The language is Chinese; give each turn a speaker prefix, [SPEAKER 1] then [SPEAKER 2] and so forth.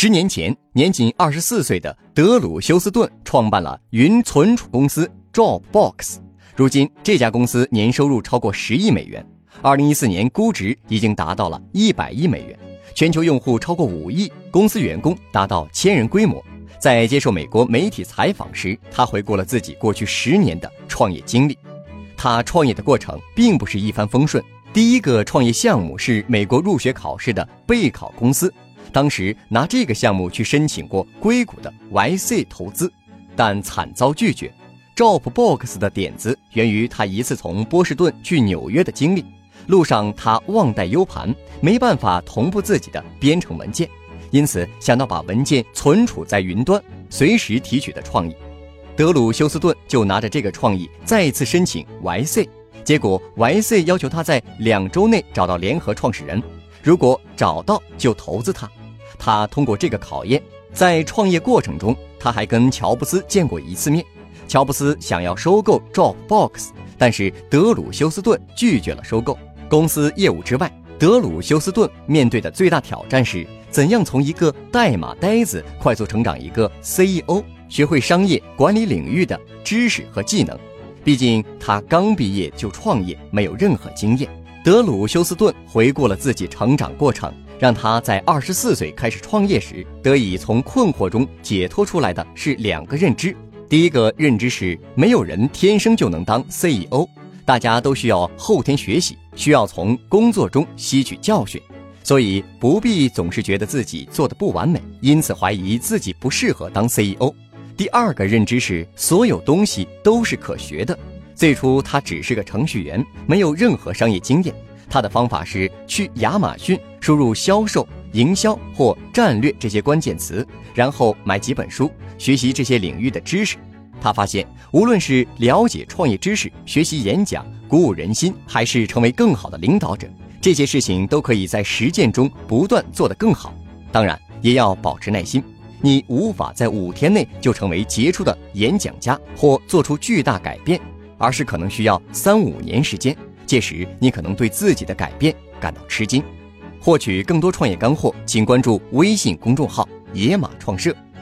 [SPEAKER 1] 10年前，年仅24岁的德鲁休斯顿创办了云存储公司 Dropbox， 如今这家公司年收入超过10亿美元，2014年估值已经达到了100亿美元，全球用户超过5亿，公司员工达到1000人规模。在接受美国媒体采访时，他回顾了自己过去10年的创业经历。他创业的过程并不是一帆风顺，第一个创业项目是美国入学考试的备考公司，当时拿这个项目去申请过硅谷的 YC 投资，但惨遭拒绝。Dropbox 的点子源于他一次从波士顿去纽约的经历，路上他忘带 U 盘，没办法同步自己的编程文件，因此想到把文件存储在云端，随时提取的创意。德鲁休斯顿就拿着这个创意再一次申请 YC， 结果 YC 要求他在2周内找到联合创始人，如果找到就投资他。他通过这个考验，在创业过程中，他还跟乔布斯见过1次面。乔布斯想要收购 Dropbox， 但是德鲁休斯顿拒绝了收购。公司业务之外，德鲁休斯顿面对的最大挑战是怎样从一个代码呆子快速成长一个 CEO， 学会商业管理领域的知识和技能。毕竟他刚毕业就创业，没有任何经验。德鲁休斯顿回顾了自己成长过程，让他在24岁开始创业时得以从困惑中解脱出来的是2个认知。第一个认知是，没有人天生就能当 CEO， 大家都需要后天学习，需要从工作中吸取教训，所以不必总是觉得自己做得不完美，因此怀疑自己不适合当 CEO。 第二个认知是，所有东西都是可学的。最初他只是个程序员，没有任何商业经验，他的方法是去亚马逊输入销售、营销或战略这些关键词，然后买几本书，学习这些领域的知识。他发现，无论是了解创业知识、学习演讲、鼓舞人心，还是成为更好的领导者，这些事情都可以在实践中不断做得更好。当然，也要保持耐心，你无法在5天内就成为杰出的演讲家或做出巨大改变，而是可能需要3-5年时间，届时你可能对自己的改变感到吃惊。获取更多创业干货，请关注微信公众号野马创社。